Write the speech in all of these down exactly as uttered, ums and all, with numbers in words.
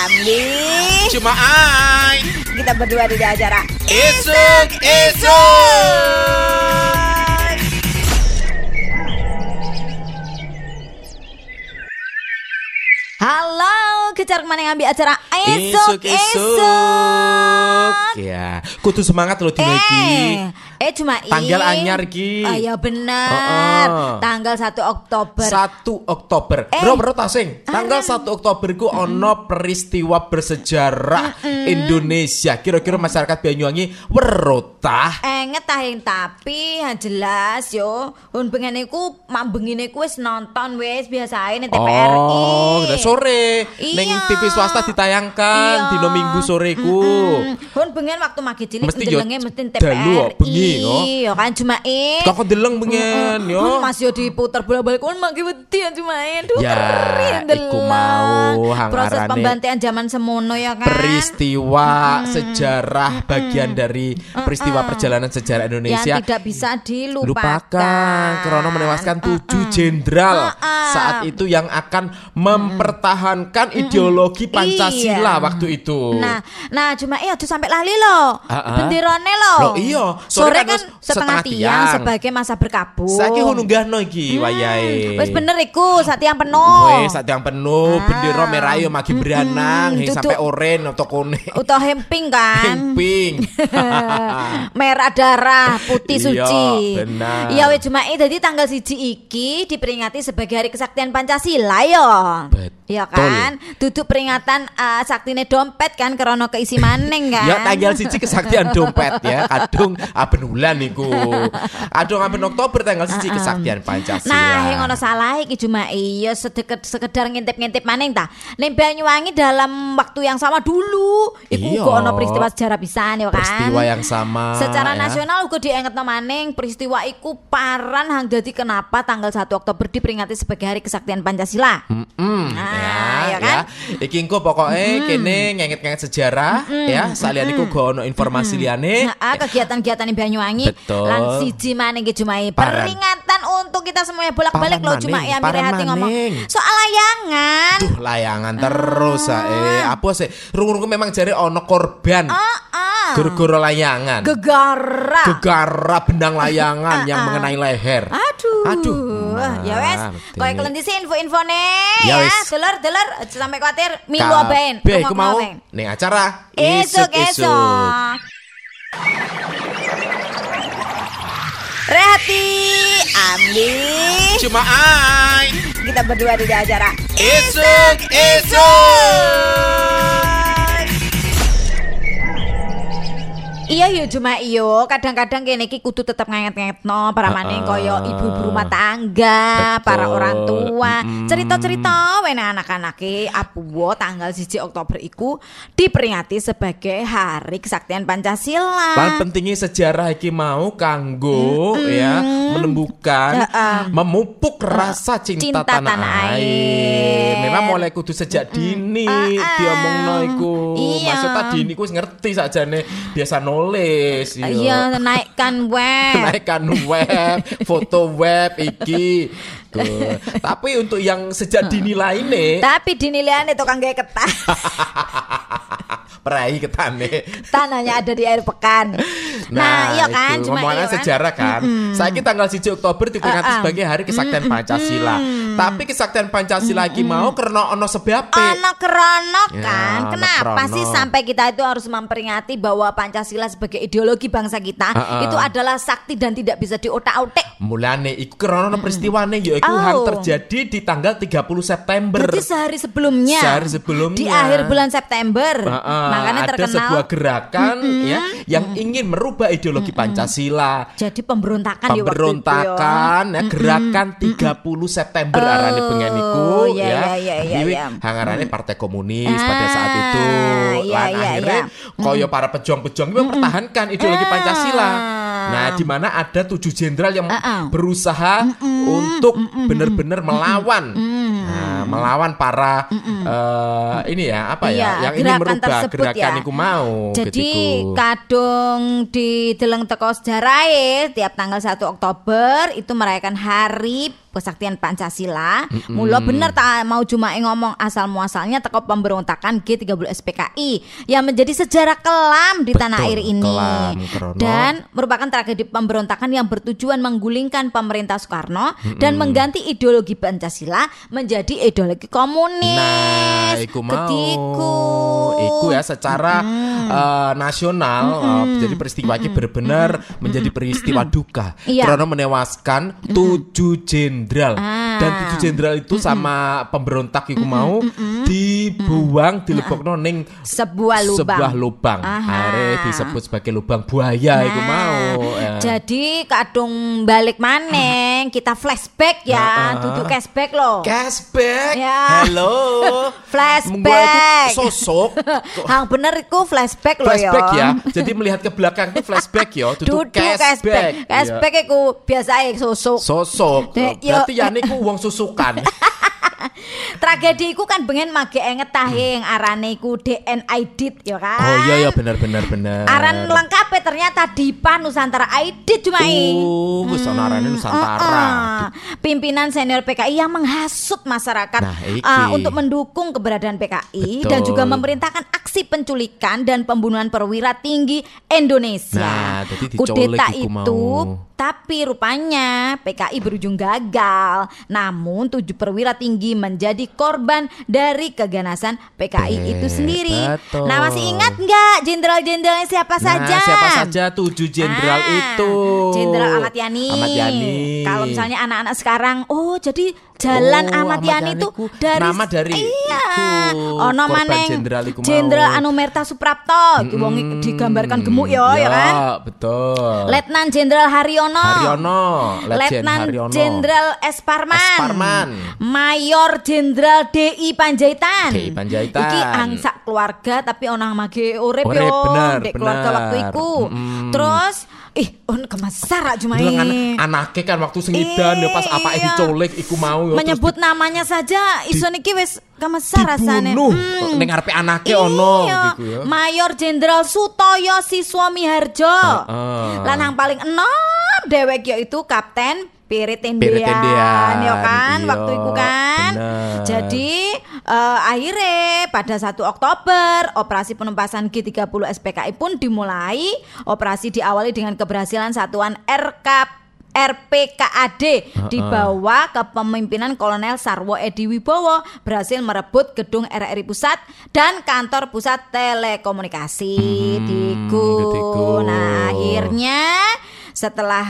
Amli. Cuma ai. Kita berdua di acara Isuk Isuk. Halo, kejar kemana ngambil acara Isuk Isuk Isuk. Ya, kudu semangat loh dina iki. Eh, eh cuma Tanggal anyar iki. Oh ya bener. Oh, oh. Tanggal satu Oktober. satu Oktober. Eh. Bro, bro tasing. Tanggal satu Oktober ku ono peristiwa bersejarah Indonesia. Kira-kira masyarakat Banyuwangi weruh tah? Enget tah yang tapi yang jelas yo. Hun pengen iku mambengine ku wis nonton wis biasae ning T V R I. Oh, udah sore. Ning Iya. T V swasta ditayangkan Iya. dino Minggu soreku. Hun pengen waktu magi cilik Mesti yo ndelenge mesti T V dalu R kok, bengi, yo. I. Yo kan cuma i. Kok deleng bengen yo. Hun Mas yo diputer bolak-balik kun magi wedi cuma i. Duh, Ya, keren, iku deleng. mau hang Proses arane pembantaian zaman semono ya kan. Peristiwa sejarah bagian dari peristiwa perjalanan sejarah Indonesia yang tidak bisa dilupakan. lupakan karena menewaskan tujuh jenderal saat itu yang akan mempertahankan ideologi Pancasila Iya. waktu itu. Nah, nah cuma iya tuh sampai lali loh. Ah, ah. Benderone loh. Loh, iya. Sore, Sore kan, kan setengah, setengah tiang, tiang. sebagai masa berkabung. Saiki hununggahno iki wayahe. Wis bener iku, saat tiang penuh. Wes saat yang penuh, Ah. bendera merah yo magi beranang, hing duduk. sampai oren atau kuning. Utuh hemping kan. Pink. Merah darah, putih Iya, suci. benar. Iya wis cuma i dadi tanggal siji iki diperingati sebagai Hari Kesaktian Pancasila yo. Betul. Iya kan? Duduk peringatan uh, saktine dompet kan karena keisi maning kan. Ya tanggal siji kesaktian dompet ya. Kadung aben bulan niku. Kadung aben Oktober tanggal siji kesaktian Pancasila. Nah, yang ono salah iki cuma iya sedekat sekedar ngintip-ngintip maning ta. Ning Banyuwangi dalam waktu yang sama dulu iku Iya. uga ono peristiwa sejarah pisan ya kan. Peristiwa yang sama. Secara ya. nasional uga diengetno maning peristiwa iku paran hang dadi kenapa tanggal satu Oktober diperingati sebagai Hari Kesaktian Pancasila. Mm, Ah, ya, ya kan? ya. Iki engko pokoke kene ngenget-ngenget sejarah ya. Salian iku go ono informasi liyane. Nah, kegiatan-kegiatan di Banyuwangi Betul. lan siji maning iki cuma Paran. peringatan untuk kita semuanya bolak-balik Paran loh cuma maning, ya paran Mire Hati ngomong maning. soal layangan. Duh, layangan terus ae. Apa sih? Rung-rung memang jare ono korban. Ah, ah. Gara-gara layangan. Gegara. Gegara benang layangan yang Ah, ah. mengenai leher. Aduh. Aduh. Ya wes, Nah, kowe betul. kelendisi info-infone Ya ya. wes. Delor-delor aja sampai khawatir milu aben. Kabeh iku mau ning acara Esok-esok. Rehati Amli. Cuma ai. Kita berdua di acara Isuk Isuk. Iya yo cuma iyo kadang-kadang kene iki kudu tetep nganget-ngangetno para maning koyo ibu-ibu rumah tangga, Betul. para orang tua. Mm-mm. Cerita-cerita wene anak-anake apuwo tanggal siji Oktober iku diperingati sebagai Hari Kesaktian Pancasila. Lan pentingnya sejarah iki mau kanggo ya menumbuhkan, Heeh. memupuk rasa cinta, Cinta tanah, tanah air. air. Memang mulai kudu sejak dini Ah, diomongno iku. iya. Maksudnya dini ku wis ngerti sakjane biasa nulis. yo. Iya, naikkan web. Naikkan web, foto web iki. Tuh. Tapi untuk yang sejak dini lainnya Tapi dinilaiane tukang gawe ketan. perai ketane. Tanahnya ada di air pekan. Nah, iya kan itu, cuma ngomongan iya kan? sejarah kan. Saiki tanggal siji Oktober diperingati Ah, ah. sebagai Hari Kesaktian Pancasila. Tapi kesaktian Pancasila iki mau karena ono sebabe. Ono krono Ya, kan. ono Kenapa krono. sih sampai kita itu harus memperingati bahwa Pancasila sebagai ideologi bangsa kita Ah, ah. itu adalah sakti dan tidak bisa diotak-atik. Mulane iku karena ono peristiwane yaiku Oh. hang terjadi di tanggal tiga puluh September. Berarti sehari sebelumnya. Sehari sebelumnya. Di akhir bulan September. Ah, ah. Makanya ada terkenal sebuah gerakan ya yang ingin merubah ideologi Pancasila. jadi pemberontakan di waktu itu. Pemberontakan ya, gerakan tiga puluh September Oh, arane pengen iku iya, ya. iya, iya, iya, Iki iya. hangarane Partai Komunis Ah, pada saat itu. iya, Lan iya, akhirnya iya. koyo para pejuang-pejuang itu mempertahankan ideologi Ah. Pancasila. Nah, di mana ada tujuh jenderal yang Ah, ah. berusaha untuk benar-benar melawan. Nah, melawan para eh, ini ya, apa Iya, ya, yang ingin gerakan merubah tersebut gerakan ya. iku mau. Jadi getiku. kadung di deleng teko sejarah tiap tanggal satu Oktober itu merayakan Hari kesaktian Pancasila. Mm-mm. Mula bener tak mau cuma ngomong asal muasalnya teko pemberontakan G tiga puluh S P K I yang menjadi sejarah kelam di Betul, tanah air ini. kelam, dan merupakan tragedi pemberontakan yang bertujuan menggulingkan pemerintah Soekarno mm-mm. dan mengganti ideologi Pancasila menjadi ideologi komunis. Nah, iku mau. Ketiku. Iku ya secara mm-hmm. uh, nasional mm-hmm. uh, jadi peristiwa ini benar-benar mm-hmm. menjadi peristiwa duka. Iya. Karena menewaskan tujuh jenderal ah. dan tujuh jenderal itu mm-hmm. sama pemberontak iku mau mm-hmm. dibuang dilebokno ning sebuah lubang. Sebuah lubang. Are disebut sebagai lubang buaya nah, iku mau. Ya. Jadi kadung balik maneng kita flashback ya, duduk cashback loh. Cashback. Ya. Halo. Flashback. Sosok. Hang bener iku flashback loh ya. Flashback ya. Jadi melihat ke belakang itu flashback ya, duduk cashback. Cashback iku biasae sosok. Sosok. Berarti ya niku wong susukan. Tragedi iku kan bengen mage ngetahe yang arane iku D N Aidit ya kan. Oh iya ya benar benar benar. Aran lengkape ternyata Dipa Nusantara Aidit cuma i. Oh, wis ana arane Nusantara. Uh, uh. Pimpinan senior P K I yang menghasut masyarakat nah, uh, untuk mendukung keberadaan P K I. Betul. Dan juga memerintahkan aksi penculikan dan pembunuhan perwira tinggi Indonesia. Nah, jadi kudeta itu mau. Tapi rupanya P K I berujung gagal. Namun tujuh perwira tinggi menjadi korban dari keganasan P K I eh, itu sendiri. Betul. Nah masih ingat nggak jenderal-jenderalnya siapa nah, saja? Siapa saja tujuh jenderal ah, itu? Jenderal Ahmad Yani. Ahmad Yani. Kalau misalnya anak-anak sekarang, oh jadi Jalan oh, Ahmad Yani itu dari nama dari iya. Oh nama jenderal Jenderal Anumerta Suprapto. Mm-hmm. Wong digambarkan gemuk yo ya, ya kan? Betul. Letnan Jenderal Haryono. Haryono. Letnan Jenderal S Parman. S Parman. Mayor Jenderal D I Panjaitan. D I Panjaitan. Iki angsak keluarga tapi onang mage urip yo. Bener, dek keluarga waktu iku. Mm. Terus ih, on kemasar cuma ini. Anake kan waktu sengidan ya pas apa iya. diculik iku mau yo. Menyebut namanya saja iso niki wis kemasar rasane. Hmm. Ning ngarepe anake ono gitu ya. Mayor Jenderal Sutoyo Siswomiharjo. Uh, uh. Lan yang paling enom dhewek yaitu Kapten Pirit Tendean, ya kan, iyo, waktu itu kan. Bener. Jadi uh, akhirnya pada satu Oktober operasi penumpasan G tiga puluh S P K I pun dimulai. Operasi diawali dengan keberhasilan satuan R K R P K A D uh-uh. dibawa ke pemimpinan Kolonel Sarwo Edi Wibowo berhasil merebut gedung R R I Pusat dan kantor pusat telekomunikasi hmm, Diku. Nah akhirnya setelah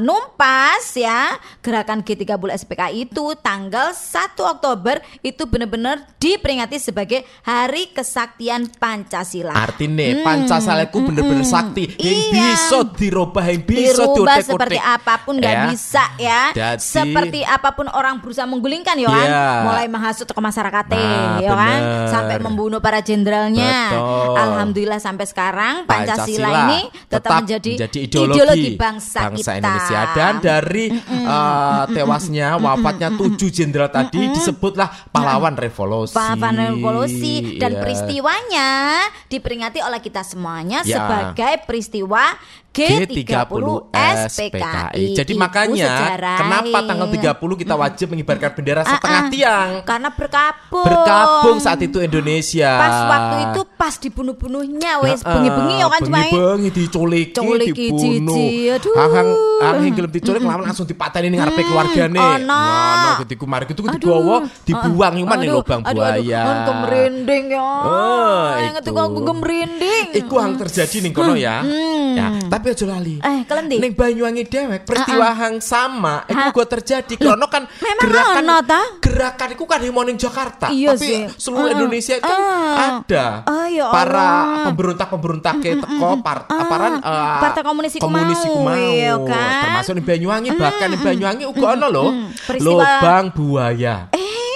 menumpas ya gerakan G tiga puluh S P K I itu tanggal satu Oktober itu benar-benar diperingati sebagai Hari Kesaktian Pancasila. Artinya hmm, Pancasila itu benar-benar hmm, sakti yang iya. bisa dirubah, yang bisa dirubah seperti apapun nggak ya. Bisa ya. Jadi, seperti apapun orang berusaha menggulingkan ya kan. Yeah. Mulai menghasut ke masyarakat nah, ya kan sampai membunuh para jenderalnya. Betul. Alhamdulillah sampai sekarang Pancasila, Pancasila ini tetap, tetap menjadi, menjadi ideologi, ideologi bangsa, bangsa kita. Indonesia. Dan dari uh, tewasnya wafatnya tujuh jenderal tadi disebutlah pahlawan revolusi. Pahlawan revolusi dan yeah. peristiwanya diperingati oleh kita semuanya yeah. sebagai peristiwa G tiga puluh S P K I. Jadi makanya kenapa tanggal tiga puluh kita wajib mengibarkan bendera setengah uh-uh. tiang? Karena berkabung. Berkabung saat itu Indonesia. Pas waktu itu pas dibunuh-bunuhnya wes uh-uh. bengi-bengi ya kan cuma bengi diculiki, dibunuh. Hang hang gelem diculik langsung dipateni ning ngarepe keluargane. Ngono ketiku mari itu digowo dibuang iman ning lubang buaya. Aduh, gemrinding ya. Oh, itu aku gemrinding. Iku hang terjadi ning kono ya. Ya, tapi aja lali. Eh, kelendi. Ning Banyuwangi dewek peristiwa uh-uh. hang sama iku uga terjadi karena kan memang gerakan ono ta? Gerakan iku kan himo ning Jakarta, iya tapi sih. seluruh uh-uh. Indonesia itu uh-uh. ada. Uh, ya para pemberontak-pemberontak ke teko par, uh-uh. aparan uh, Partai Komunis iku mau, iya kan? Termasuk ning Banyuwangi, bahkan ning Banyuwangi uga ono lho. Peristiwa lubang buaya.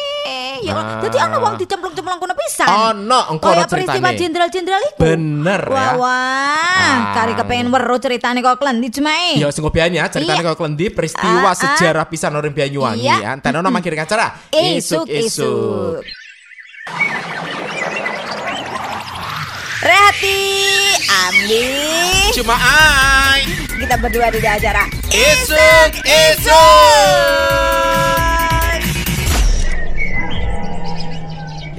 Ya, nah. Jadi ana wong dicemplung-cemplung kono pisan. Ono engko ceritane. Kaya peristiwa jenderal-jenderal iku. Bener wah, ya. Wah, ah. Kari kepengin weruh ceritane kok klendi cemae. Ya sing kopiannya ceritane kok klendi peristiwa ah, sejarah pisan orang Banyuwangi ya. Tenono mm-hmm. mangkir acara isuk-isuk. Rehati, Ambi. Cuma ai. Kita berdua di acara isuk-isuk.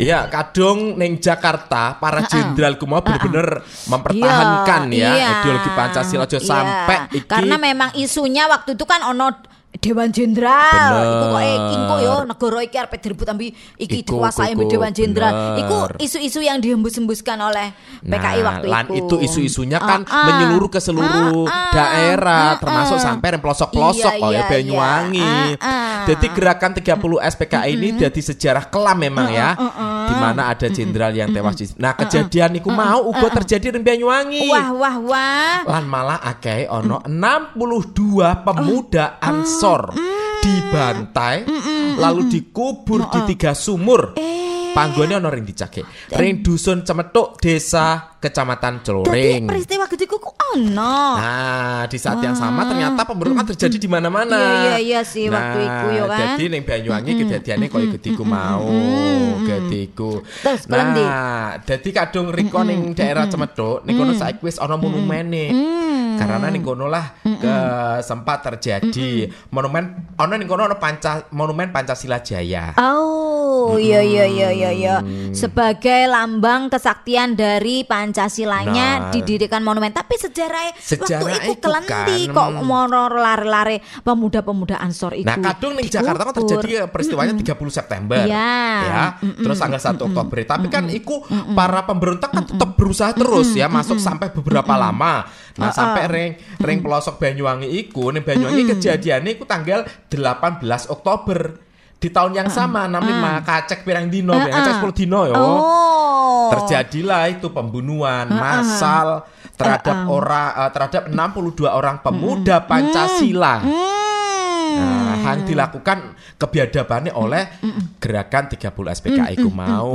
Iya, kadung ning Jakarta para jenderal ku mau bener-bener mempertahankan ya iya. ideologi Pancasila aja iya. sampai iki. Karena memang isunya waktu itu kan ono Dewan Jenderal, iku kok engko yo negara iki arep direbut ambi iki dikuasai ambek Dewan Jenderal. Iku isu-isu yang dihembus-hembuskan oleh P K I nah, waktu lan itu. itu isu-isunya kan uh, uh, menyeluruh ke seluruh uh, uh, daerah, uh, uh, termasuk sampai yang pelosok-pelosok iya, kok ya iya, Banyuwangi. iya. Uh, uh. Jadi gerakan tiga puluh S P K I ini jadi sejarah kelam memang ya, uh, uh, uh. di mana ada jenderal yang tewas. Nah, kejadian iku mau uga terjadi di Banyuwangi. Wah wah wah. Lan malah akeh ono enam puluh dua pemuda Ansor dibantai lalu dikubur di tiga sumur. Panggone ono ring dicake. Ring dusun Cemetuk, desa Kecamatan Celuring. Dadi peristiwa gede ku ono. Nah, di saat yang sama ternyata pemberontakan terjadi di mana-mana. Iya iya iya sih nah, waktu iku yo kan. Jadi ning Banyuwangi kejadiane koyo gediku mau, gediku. Nah, dadi kadung riko ning daerah Cemetuk, ning kono saiki wis ana monumene. Karena ning kono lah ke sempat terjadi monumen ana ning kono ana panca monumen Pancasila Jaya. Oh, iya iya iya iya iya. Sebagai lambang kesaktian dari Pancasilanya nah, didirikan monumen. Tapi sejarah, sejarah waktu itu kelenti kan, kok mono lare-lare pemuda-pemuda Ansor itu. Nah, kadung ning Jakarta kan terjadi peristiwanya tiga puluh September. Ya. ya. Terus tanggal satu Oktober. Tapi kan iku para pemberontak kan tetap berusaha terus ya masuk sampai beberapa lama. Nah, uh, sampai ring ring pelosok Banyuwangi iku ning Banyuwangi kejadiannya iku tanggal delapan belas Oktober. Di tahun yang sama enam puluh lima kacek pirang dino, uh, kacek sepuluh dino yo. Oh. Terjadilah itu pembunuhan uh, massal terhadap uh, uh. orang uh, terhadap enam puluh dua orang pemuda Pancasila. Nah, yang dilakukan kebiadabannya oleh gerakan tiga puluh S P K I ku mau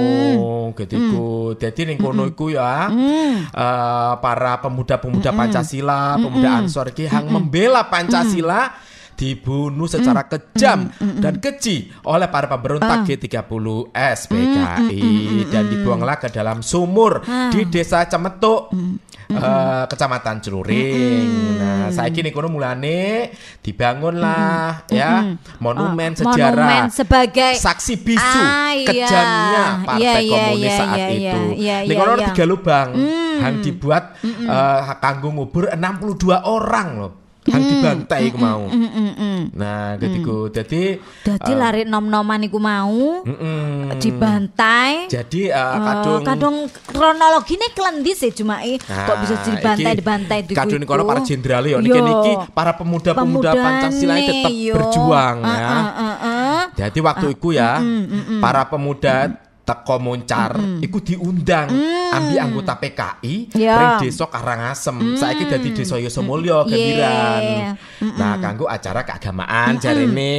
getiku. Jadi ning kono iku ya uh, para pemuda-pemuda Pancasila, pemuda Ansor iki yang membela Pancasila dibunuh secara kejam dan keji oleh para pemberontak G tiga puluh S P K I dan dibuanglah ke dalam sumur di desa Cemetuk. Uh, Kecamatan Celuring. Nah, saiki ning kono mulane dibangunlah ya monumen oh, sejarah monumen sebagai saksi bisu ah, iya. kejamnya Partai iya, iya, Komunis iya, saat iya, itu. iya, iya, Ning kono iya. tiga lubang mm. yang dibuat mm-mm. uh, kanggo ngubur enam puluh dua orang loh. Yang dibantai iku mau. Mm, mm, mm. Nah, ketiku dadi dadi uh, lari nom-noman iku mau mm, dibantai. Jadi uh, kadung uh, kadung kronologine klendi sih cuma i nah, kok bisa dibantai dibantai di kadung kono para jenderal yo niki niki para pemuda-pemuda Pancasila tetap yo. berjuang uh, ya. Uh, uh, uh. Jadi waktu uh, iku ya uh, uh, uh, uh. para pemuda teko Moncar mm. iku diundang mm. ambi anggota P K I yeah. ring desa Karangasem mm. saiki dadi desa Yosemulyo Gembiran yeah. mm-mm. Nah kanggo acara keagamaan mm-mm. jarene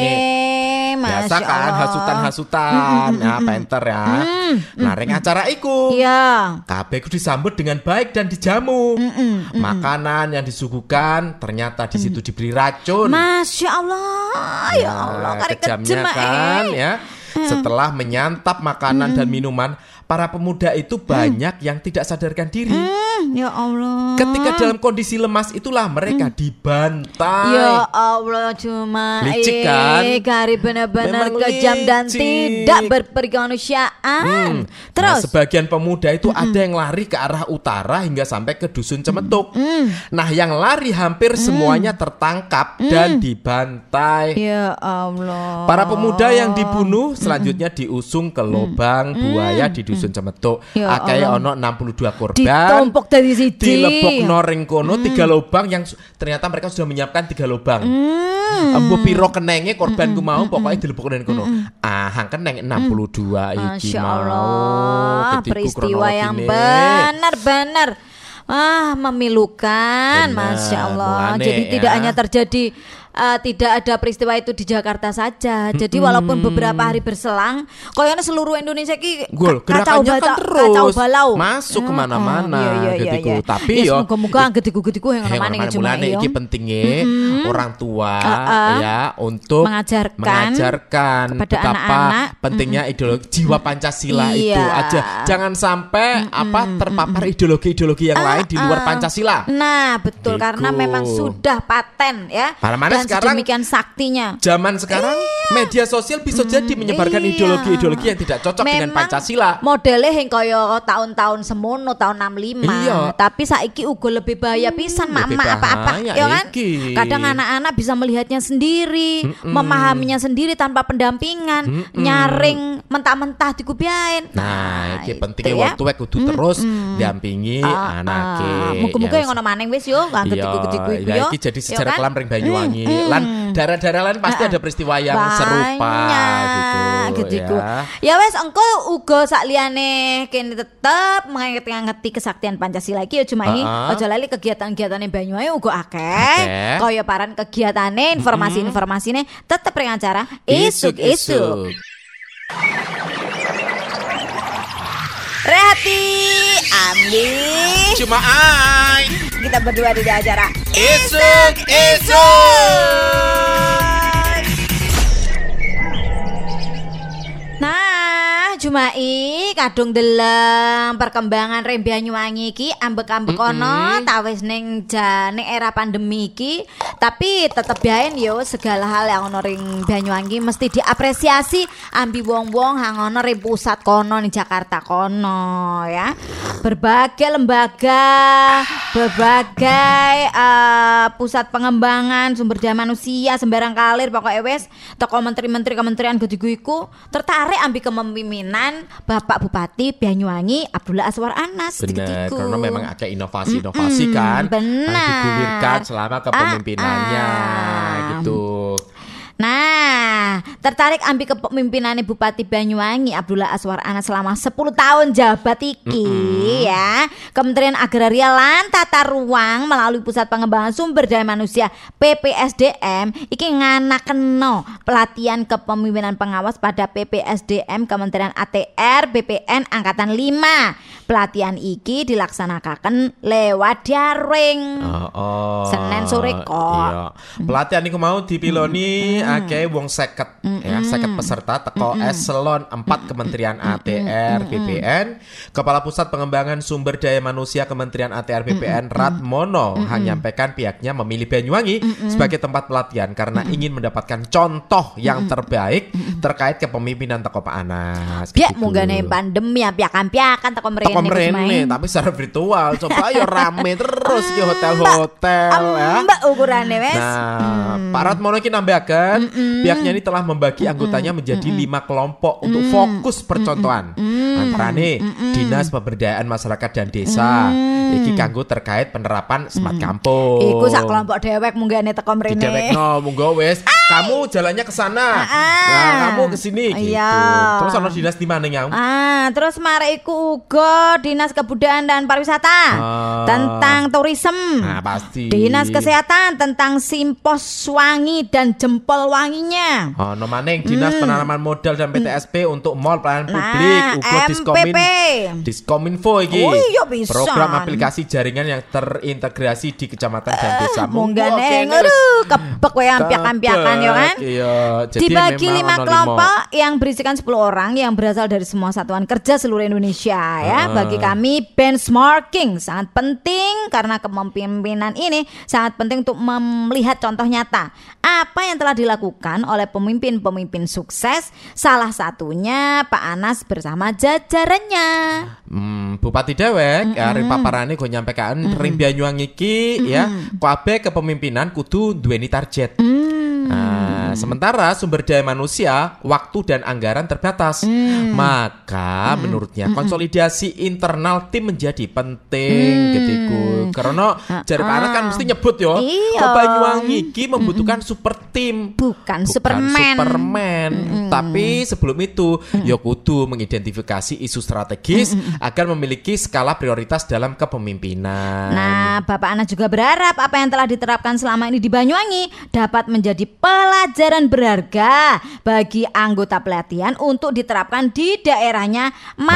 eh, biasa kan hasutan-hasutan ya penter ya mm. Nah ring acara iku yeah. kabeh iku disambut dengan baik dan dijamu mm-mm. makanan yang disuguhkan ternyata di situ diberi racun. Masya Allah ya Allah nah, kejamnya kan ya. Setelah menyantap makanan hmm. dan minuman, para pemuda itu banyak hmm. yang tidak sadarkan diri. Hmm, ya Allah. Ketika dalam kondisi lemas itulah mereka hmm. dibantai. Ya Allah, cuma licik kan? Gari benar-benar kejam dan tidak berkemanusiaan. Hmm. Terus, nah, sebagian pemuda itu hmm. ada yang lari ke arah utara hingga sampai ke dusun Cemetuk. Hmm. Nah, yang lari hampir hmm. semuanya tertangkap hmm. dan dibantai. Ya Allah. Para pemuda yang dibunuh selanjutnya diusung ke lubang hmm. buaya di dusun Cemetuk. Ya akeh ono enam puluh dua korban. Ditompok dari siji. Dilebokno ring kono hmm. tiga lubang yang ternyata mereka sudah menyiapkan tiga lubang. Hmm. Embo piro kenenge korban ku mau pokoknya dilebokno ring kono. Ah, hang keneng enam puluh dua hmm. iki Masya mau. Allah. Peristiwa yang benar-benar ah memilukan. Benar, Masya Allah. Mulane, jadi ya. Tidak hanya terjadi Uh, tidak ada peristiwa itu di Jakarta saja. Jadi mm-hmm. walaupun beberapa hari berselang, koyone seluruh Indonesia ki Gol, kacau bata, kan terus kacau balau masuk kemana-mana. Oh, iya, iya, getiku. iya. Tapi yes, yo moga-moga getiku-getiku yang mana cuma iki pentingnya mm-hmm. orang tua uh, uh, ya untuk mengajarkan, mengajarkan kepada betapa anak-anak pentingnya mm-hmm. ideologi jiwa Pancasila iya. itu aja. Jangan sampai mm-hmm. apa terpapar ideologi-ideologi yang uh, lain di luar Pancasila. Nah, betul Diku. Karena memang sudah paten ya. Para mana sekarang sedemikian saktinya. Zaman sekarang eh, media sosial bisa hmm, jadi menyebarkan iya. ideologi-ideologi yang tidak cocok memang dengan Pancasila. Modelnya yang kaya tahun-tahun semono tahun enam puluh lima. Iya. Tapi saiki uga lebih bahaya pisan mak-mak apa-apa ya kan? Iki. Kadang anak-anak bisa melihatnya sendiri, Mm-mm. memahaminya sendiri tanpa pendampingan, Mm-mm. nyaring mentah-mentah dikubiain. Nah, iki pentingnya wong tuwek kudu terus dampingi uh, anake. Uh, Muga-muga yang ngono maneng wis yo nganggo diku-diku iku yo. Iki jadi sejarah kelam ring Banyuwangi. Mm, mm. Lan daerah-daerah lain pasti uh, ada peristiwa yang banyak serupa gitu, gitu ya. Ya wes engko uga sak liyane kene tetep ngangeti kesaktian Pancasila iki ya cuma iki uh-uh. aja lali kegiatan-kegiatane Banyuwangi uga akeh. Okay. Kaya paran kegiatane, informasi-informasine tetep ring acara isuk-isuk. Rehati, Ambi, cuma ai. Kita berdua di acara isuk-isuk. Nah, Jumai kadung deleng perkembangan Rem Banyuwangi iki ambek-ambek kono ta wis ning jane era pandemi iki, tapi tetep bae yo segala hal yang ono ring Banyuwangi mesti diapresiasi ambi wong-wong hang ono ring pusat kono ning Jakarta kono ya. Berbagai lembaga, berbagai uh, pusat pengembangan sumber daya manusia sembarang kalir pokoknya wes toko menteri-menteri kementerian gede iku tertarik ambil kepemimpinan Bapak Bupati Banyuwangi Abdullah Azwar Anas. Benar, karena memang ada inovasi-inovasi mm-hmm, kan yang digulirkan selama kepemimpinannya ah, ah. gitu. Nah, tertarik ambil kepemimpinannya Bupati Banyuwangi Abdullah Azwar Anas selama sepuluh tahun jabat iki mm-hmm. ya. Kementerian Agraria lan Tata Ruang melalui Pusat Pengembangan Sumber Daya Manusia P P S D M iki nganakeno pelatihan kepemimpinan pengawas pada P P S D M Kementerian A T R B P N Angkatan lima. Pelatihan iki dilaksanakan lewat daring. Oh, oh. Senin sore kok. Iya. Pelatihan iku mau dipiloni mm. akeh wong seket mm-hmm. ya, seket peserta teko mm-hmm. eselon empat Kementerian A T R B P N, Kepala Pusat Pengembangan Sumber Daya Manusia Kementerian A T R B P N mm-hmm. Ratmono mm-hmm. hanya menyampaikan pihaknya memilih Banyuwangi mm-hmm. sebagai tempat pelatihan karena mm-hmm. ingin mendapatkan contoh yang mm-hmm. terbaik mm-hmm. terkait kepemimpinan teko Pak Anas. Biak gitu. Munggane pandemi ya piakan-piakan teko mrene. Teko mrene tapi secara virtual. Coba ayo rame terus ki hotel-hotel ya. Mbak ukurane wes. Nah, Pak Ratmono iki nambahaken mm-hmm. pihaknya ini telah membagi anggotanya menjadi mm-hmm. lima kelompok untuk mm-hmm. fokus percontohan. Mm-hmm. Antarane mm-hmm. Dinas Pemberdayaan Masyarakat dan Desa. Mm-hmm. Iki kanggo terkait penerapan smart mm-hmm. kampung. Iku sak kelompok dewek munggane teko mrene. Dewekno monggo wis. Kamu jalannya ke sana. Nah, kamu ke sini gitu. Iya. Terus ana dinas di mana ya? Ah, terus mare iku uga Dinas Kebudayaan dan Pariwisata ah. tentang tourism. Nah, pasti. Dinas Kesehatan tentang simpos wangi dan jempol wanginya. Oh, no maning Dinas hmm. Penanaman Modal dan P T S P untuk Mall Pelayanan nah, Publik, uga Diskomin. Diskominfo iki. Oh, iya bisa. Program aplikasi jaringan yang terintegrasi di kecamatan dan desa. Munggane ngono kebek kowe ampiak-ampiakan ya kan? Iya. Jadi dibagi lima kelompok yang berisikan sepuluh orang yang berasal dari semua satuan kerja seluruh Indonesia ya. Uh. Bagi kami benchmarking sangat penting karena kepemimpinan ini sangat penting untuk melihat contoh nyata apa yang telah dilakukan oleh pemimpin-pemimpin sukses, salah satunya Pak Anas bersama jajarannya. Hmm, Bupati Dewek mm-hmm. arep paparane go nyampaikan mm-hmm. Ring Banyuwangi iki mm-hmm. ya, kabeh kepemimpinan kudu duweni target. Mm. Nah, sementara sumber daya manusia, waktu dan anggaran terbatas. Mm. Maka mm. menurutnya konsolidasi internal tim menjadi penting mm. getiku. Karena uh, jare Pak Anas kan mesti nyebut yo, kok Banyuwangi iki membutuhkan mm. super tim, bukan, bukan Superman. Superman. Mm. Tapi sebelum itu mm. yo kudu mengidentifikasi isu strategis mm. agar memiliki skala prioritas dalam kepemimpinan. Nah, Bapak Anas juga berharap apa yang telah diterapkan selama ini di Banyuwangi dapat menjadi pelajaran berharga bagi anggota pelatihan untuk diterapkan di daerahnya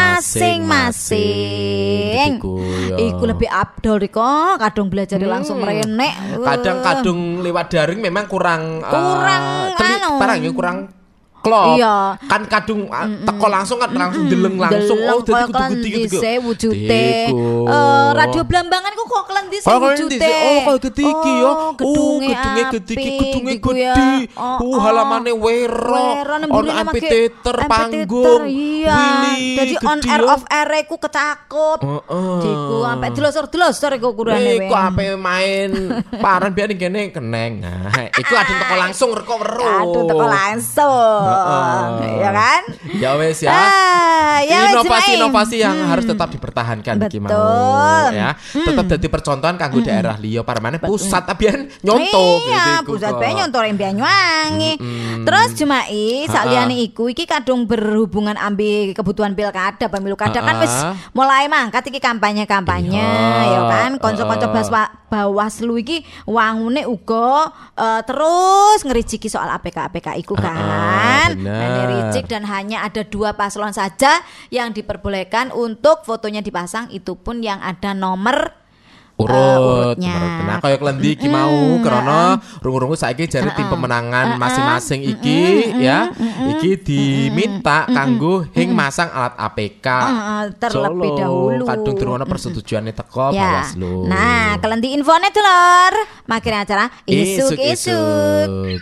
masing-masing. masing-masing. Iku lebih abdol kok, kadang belajar hmm. langsung renek. Kadang-kadang lewat daring memang kurang kurang uh, teli, anu. Parang ya kurang klop. Iya. Kan kadung mm-mm. teko langsung kan langsung deleng langsung. Deleng, oh dadi kaya kudu klendise gede wujute. Eh radio Blambangan kok kok klendise wujute. Oh kaya gede iki ya. Oh gedunge gedunge gede iki gedunge iku ya. gede. Oh, Uh halamane wero. Ono amphitheater panggung. Iya. Dadi on air off air ku kecakup. Heeh. Diku sampe delosor-delosor iku ukurane. Iku ape main paran biar kene keneng. Nah, iku adun teko langsung reko weruh. Adun teko langsung. Ya kan? Ya wes ya. Ah, ya inovasi-inovasi yang hmm. harus tetap dipertahankan iki mau ya. Hmm. Tetap dadi percontohan kanggo hmm. daerah liya parmane pusat abian nyonto gitu. Iya, pusat bae nyonto ing Banyuwangi. Hmm. Terus Jumai saliyane iku iki kadung berhubungan ambi kebutuhan pilkada, pemilu kada kan wis mulai mangkat iki kampanye-kampanye ya kan. Kanca-kanca Bawaslu iki wangune uga uh, terus ngerijiki soal A P K A P K iku kan. Nah, ricik dan hanya ada dua paslon saja yang diperbolehkan untuk fotonya dipasang, itu pun yang ada nomor urut, uh, urutnya. Nah, kaya klendi iki mau mm, karena rungu-rungu saiki jare tim pemenangan masing-masing iki mm, ya. Mm, mm, iki diminta mm, kanggo hing masang alat A P K uh, terlebih Solo. dahulu. Kadung durung persetujuane teko ya. Bawaslu. Nah, klendi infone dulur. Makin acara isuk-isuk.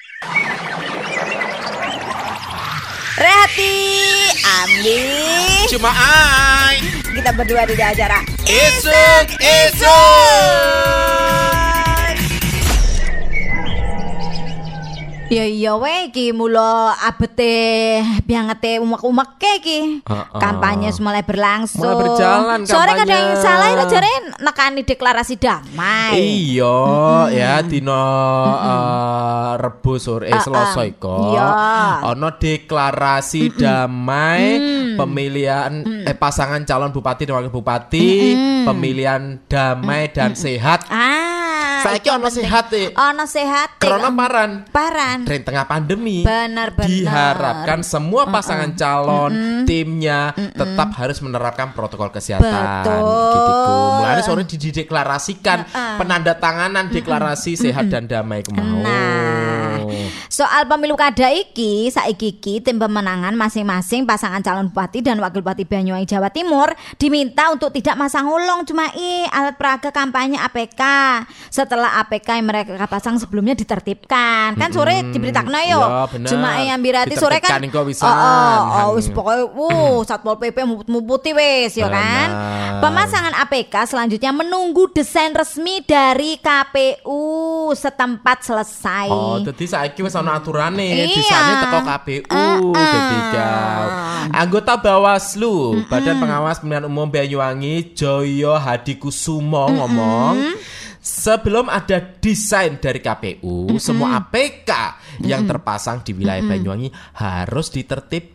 Rehati, Ambi, cuma ai. Kita berdua di acara isuk-isuk. Ya iya we iki mula abete biangete umek-umeke iki. Uh, uh. Kampanye mulai berlangsung. Mulai berjalan kampanye. Sore kadang yang salah itu jare nekani deklarasi damai. Iya, mm-hmm. ya dino mm-hmm. uh, Rebo sore uh, Selasa iku. Iya. Ono deklarasi mm-hmm. damai mm-hmm. pemilihan mm-hmm. eh, pasangan calon bupati dan wakil bupati, mm-hmm. pemilihan damai mm-hmm. dan sehat. Ah. Saiki ono sehat e. Ono sehat. Karena paran. Paran. Di tengah pandemi benar, benar. Diharapkan semua pasangan uh-uh. calon uh-uh. timnya uh-uh. tetap harus menerapkan protokol kesehatan. Gitu. Mulai sore dideklarasikan uh-uh. penandatanganan deklarasi uh-uh. sehat dan damai kemau. Nah, soal pemilu kada iki saiki iki tim pemenangan masing-masing pasangan calon bupati dan wakil bupati Banyuwangi Jawa Timur diminta untuk tidak masang ulung cuma i alat peraga kampanye A P K setelah A P K yang mereka pasang sebelumnya ditertibkan. Kan sore diberitakan yo. Ya, cuma yang birati sore kan. Oh, oh, oh wis pokoke wuh Satpol P P muput-muputi wis ya kan. Pemasangan A P K selanjutnya menunggu desain resmi dari K P U setempat selesai. Oh, dadi saiki wis ana aturane, desaine teko K P U uh, uh. ketika anggota Bawaslu, mm-hmm. Badan Pengawas Pemilihan Umum Banyuwangi Joyo Hadikusumo mm-hmm. ngomong sebelum ada desain dari K P U, mm-hmm. semua A P K yang mm-hmm. terpasang di wilayah mm-hmm. Banyuwangi harus ditertibkan.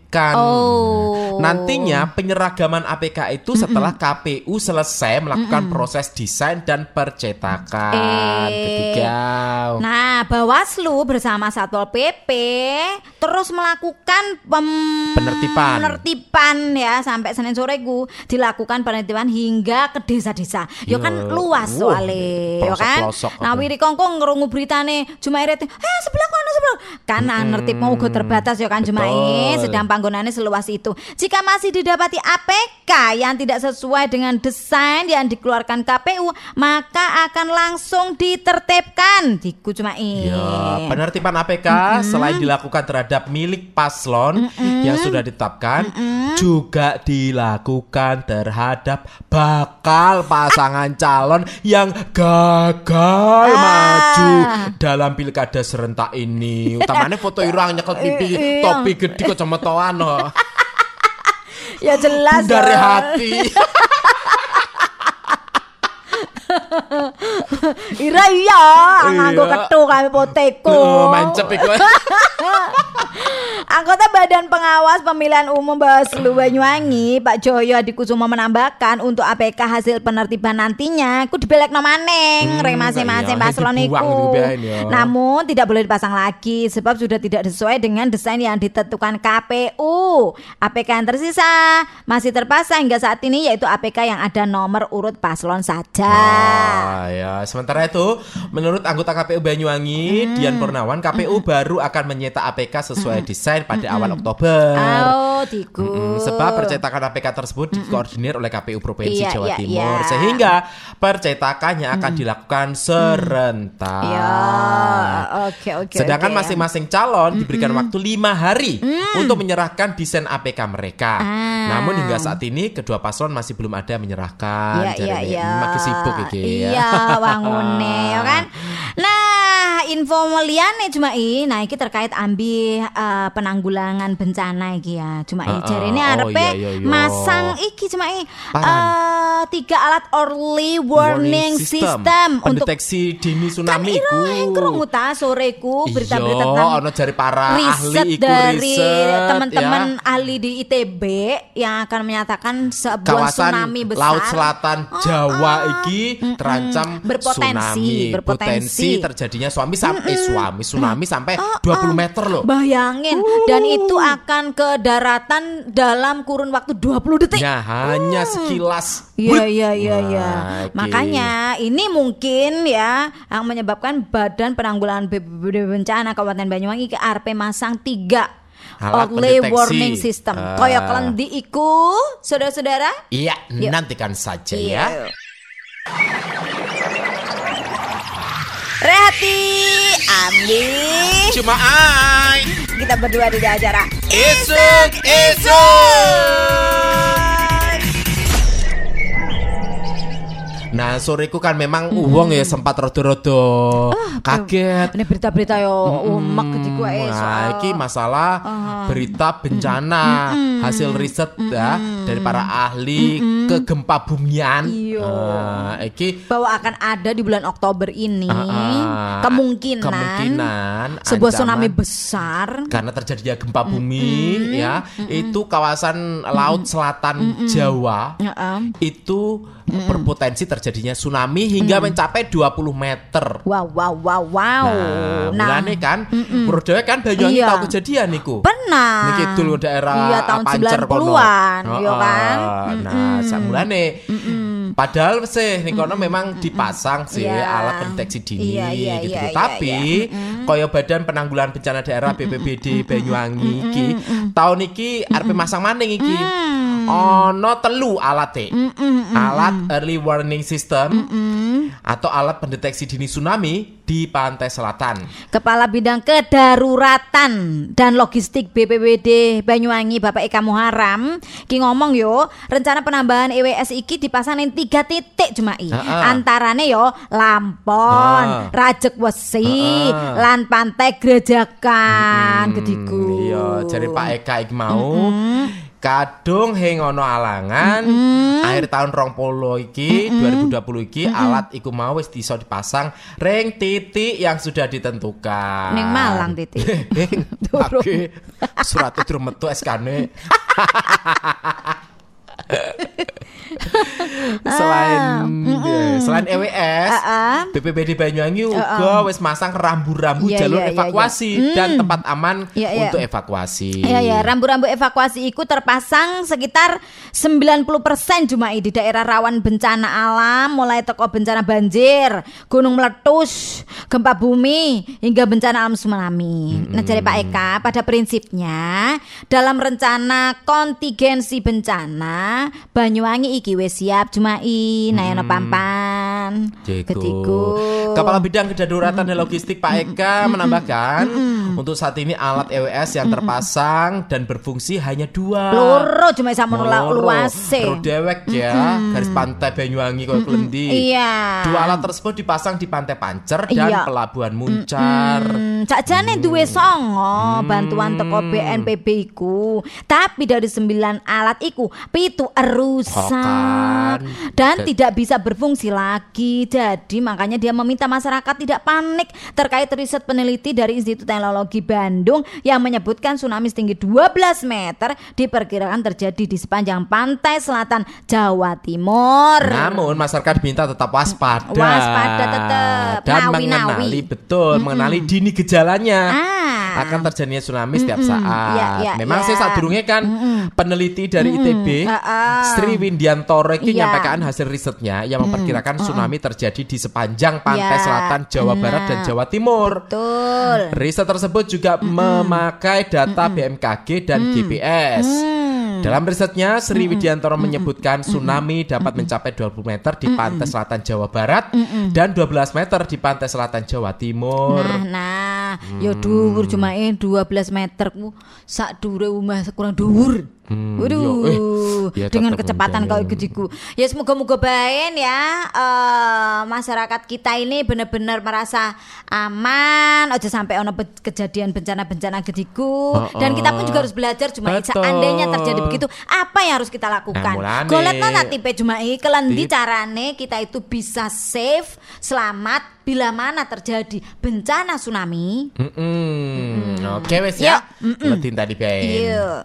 Oh. Nantinya penyeragaman A P K itu setelah K P U selesai melakukan mm-mm. proses desain dan percetakan. Eh. Ketiga. Nah, Bawaslu bersama Satpol P P terus melakukan pem- penertiban. Penertiban ya sampai Senin sore ku dilakukan penertiban hingga ke desa-desa. Yo kan luas uh, soalnya, yo kan. Nah, wiri kongkong ngrungu beritane Jumaire, "Eh, sebelah kono sebelah." Kan hmm. nertib mau uga terbatas yo kan Jumaire, sedang panggonannya seluas itu. Jika masih didapati A P K yang tidak sesuai dengan desain yang dikeluarkan K P U, maka akan langsung ditertibkan. Diku cuma ini. Ya, penertiban A P K mm-hmm. selain dilakukan terhadap milik paslon mm-hmm. yang sudah ditetapkan, mm-hmm. juga dilakukan terhadap bakal pasangan calon yang gagal ah. maju dalam pilkada serentak ini. Utamanya foto irang nyekel pipi, topi gede kacamataan. Ya jelas dari ya. hati. Ira iya nganggo kethu kami poteko. Oh, mancep iku. Anggota Badan Pengawas Pemilihan Umum Bawaslu Banyuwangi, Pak Joyo Hadikusumo menambahkan untuk A P K hasil penertiban nantinya ku dibelekno maneng hmm, rek masing-masing paslon iku. Namun tidak boleh dipasang lagi sebab sudah tidak sesuai dengan desain yang ditentukan K P U. A P K yang tersisa masih terpasang hingga saat ini yaitu A P K yang ada nomor urut paslon saja. Ah, ya. Sementara itu, menurut anggota K P U Banyuwangi, hmm. Dian Purnawan, K P U hmm. baru akan menyetak A P K sesuai hmm. desain deadline pada mm-hmm. awal Oktober. Oh, tiku. Mm-hmm. Sebab percetakan A P K tersebut mm-hmm. dikoordinir oleh K P U Provinsi iya, Jawa iya, Timur iya. sehingga percetakannya akan mm-hmm. dilakukan serentak. Ya, oke oke. Sedangkan okay. masing-masing calon diberikan mm-hmm. waktu lima hari mm. untuk menyerahkan desain A P K mereka. Ah. Namun hingga saat ini kedua paslon masih belum ada menyerahkan. Iya, iya, iya. Makin sibuk iki. Iya, wangune ya kan. Nah, info liane cuma i, nah iki terkait ambi uh, penanggulangan bencana iki ya. Cuma i uh, uh, jarene arepe oh, iya, iya, iya. masang iki cuma i uh, tiga alat early warning, warning system, system untuk pendeteksi dini tsunami iku. Kan krungu ta soreku berita-berita tentang ono dari para riset ahli iku dari riset, teman-teman ya. ahli di I T B yang akan menyatakan sebuah kawasan tsunami besar Laut Selatan Jawa oh, oh. iki terancam berpotensi, tsunami. berpotensi terjadinya tsunami sampai mm-mm. suami tsunami sampai oh, dua puluh meter loh. Bayangin uh. dan itu akan ke daratan dalam kurun waktu dua puluh detik. Ya, hanya sekilas. Iya iya iya iya. Makanya ini mungkin ya yang menyebabkan Badan Penanggulangan B P B D Bencana Kabupaten Banyuwangi ke R P masang tiga early warning system. Uh. Koyo klendi iku, saudara-saudara? Iya, yuk. Nantikan saja iya. ya. Rehati, Andi, cuma ai. Kita berdua di acara Isuk Isuk. Nah soreku kan memang mm-hmm. uang ya sempat rodo-rodo ah, kaget. Ini berita-berita yo umek mm-hmm. gue Nah ini masalah uh-huh. berita bencana mm-hmm. hasil riset mm-hmm. ya dari para ahli mm-hmm. ke gempa bumian. Nah, iki bahwa akan ada di bulan Oktober ini uh-uh. kemungkinan, kemungkinan sebuah tsunami besar karena terjadinya gempa bumi mm-hmm. ya mm-hmm. itu kawasan mm-hmm. Laut Selatan mm-hmm. Jawa uh-uh. itu mm-hmm. berpotensi terjadinya tsunami hingga mm. mencapai dua puluh meter. Wow wow wow wow. Nah, mulane kan Purworejo kan Banyuwangi iya. tahu kejadian niku. Pernah. Niki dulu daerah iya, tahun Pancer sembilan puluhan, iya kan? Nah, samulane padahal sih nikono memang dipasang sih yeah. alat pendeteksi dini yeah, yeah, gitu. Yeah, Tapi yeah, yeah. kaya Badan Penanggulangan Bencana Daerah B P B D Banyuwangi iki tahun iki arep masang maning iki. Ono telu alate. Alat early warning system mm-mm. atau alat pendeteksi dini tsunami di pantai selatan. Kepala Bidang Kedaruratan dan Logistik B P B D Banyuwangi Bapak Eka Muharam ki ngomong yo, rencana penambahan E W S iki dipasang ning tiga titik cuma i. Antarane yo Lampon, ha. Rajek Wesi, ha. lan Pantai Grejakan hmm, gediku. Iya, jare Pak Eka iki mau mm-hmm. kadung hing ono alangan mm-hmm. akhir tahun rong puluh iki mm-hmm. dua ribu dua puluh iki mm-hmm. alat iku mau wis iso dipasang ring titik yang sudah ditentukan. Ning Malang titik. Oke. Suratnya durung metu S K-ne. Selain uh, ya, selain E W S, uh, uh. B P B D Banyuwangi uga uh, uh. wis masang rambu-rambu yeah, jalur yeah, evakuasi yeah, yeah. dan mm. tempat aman yeah, yeah. untuk evakuasi. Iya yeah, ya, yeah. rambu-rambu evakuasi iku terpasang sekitar sembilan puluh persen cuma di daerah rawan bencana alam, mulai teko bencana banjir, gunung meletus, gempa bumi hingga bencana alam tsunami. Mm-hmm. Nah, jadi Pak Eka, pada prinsipnya dalam rencana kontingensi bencana Banyuwangi iki wis siap cuma i nayana pampan. Ketiku. Kepala Bidang Kedaruratan dan Logistik Pak Eka menambahkan untuk saat ini alat E W S yang terpasang dan berfungsi hanya dua. Loro cuma bisa menolak luase. Terus dewek ya, garis pantai Banyuwangi koyo klendi. Iya. Dua alat tersebut dipasang di Pantai Pancer dan iya. Pelabuhan Muncar. Sakjane duwe songo bantuan teko B N P B iku. Tapi dari sembilan alat iku pitu rusak dan D- tidak bisa berfungsi lagi. Jadi makanya dia meminta masyarakat tidak panik terkait riset peneliti dari Institut Teknologi Bandung yang menyebutkan tsunami setinggi dua belas meter diperkirakan terjadi di sepanjang pantai selatan Jawa Timur. Namun masyarakat diminta tetap waspada. Waspada tetap. Dan nawi, mengenali nawi. betul, mm-hmm. mengenali dini gejalanya. Ah. akan terjadinya tsunami setiap saat. Ya, ya, memang ya. Saya saat durungnya kan mm-mm. peneliti dari I T B uh, uh. Sri Windiantoro ini ya. Menyampaikan hasil risetnya yang memperkirakan mm. tsunami terjadi di sepanjang pantai ya. Selatan Jawa Benar. Barat dan Jawa Timur. Betul. Riset tersebut juga mm-mm. memakai data mm-mm. B M K G dan mm. G P S. Mm. Dalam risetnya, Sri Widiantoro mm-mm. menyebutkan tsunami dapat mm-mm. mencapai dua puluh meter di pantai selatan Jawa Barat mm-mm. dan dua belas meter di pantai selatan Jawa Timur. Nah, nah, hmm. ya dhuwur cuma ini dua belas meter ku sak dhuwure omah kurang dhuwur. Hmm, Waduh, eh, ya dengan kecepatan kau ikutiku. Ya semoga-moga baik ya uh, masyarakat kita ini benar-benar merasa aman. Ojo sampai ono kejadian bencana-bencana gediku. Oh, dan kita pun juga harus belajar cuma seandainya terjadi begitu, apa yang harus kita lakukan? Nah, Golet nona tipe cuma i kelendi carane kita itu bisa safe, selamat bila mana terjadi bencana tsunami. Mm-mm. Mm-mm. Oke wes ya. Letin tadi Ben. Iya.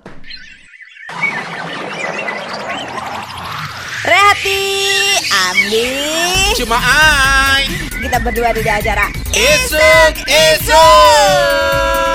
Rehati, Andi, cuma ai. Kita berdua di acara Isuk Isuk.